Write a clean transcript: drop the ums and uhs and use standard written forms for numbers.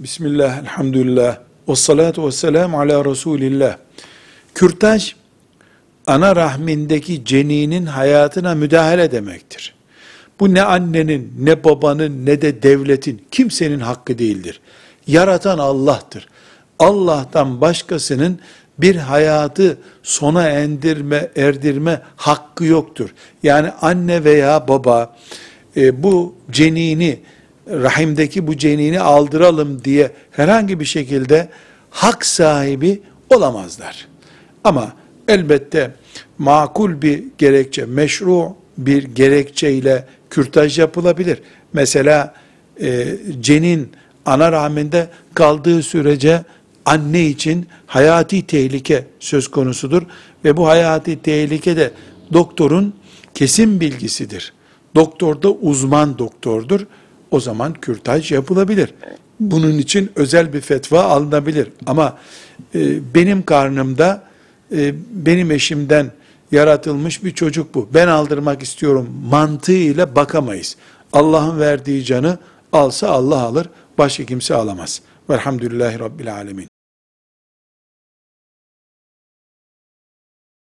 Bismillah, elhamdülillah, ve salatu ve selamu ala Resulillah. Kürtaj, ana rahmindeki ceninin hayatına müdahale demektir. Bu ne annenin, ne babanın, ne de devletin, kimsenin hakkı değildir. Yaratan Allah'tır. Allah'tan başkasının bir hayatı sona erdirme hakkı yoktur. Yani anne veya baba bu cenini, rahimdeki bu cenini aldıralım diye herhangi bir şekilde hak sahibi olamazlar. Ama elbette makul bir gerekçe, meşru bir gerekçeyle kürtaj yapılabilir. Mesela cenin ana rahminde kaldığı sürece anne için hayati tehlike söz konusudur ve bu hayati tehlike de doktorun kesin bilgisidir. Doktor da uzman doktordur. O zaman kürtaj yapılabilir. Bunun için özel bir fetva alınabilir. Ama benim karnımda benim eşimden yaratılmış bir çocuk bu. Ben aldırmak istiyorum mantığıyla bakamayız. Allah'ın verdiği canı alsa Allah alır, başka kimse alamaz. Velhamdülillahi Rabbil Alemin.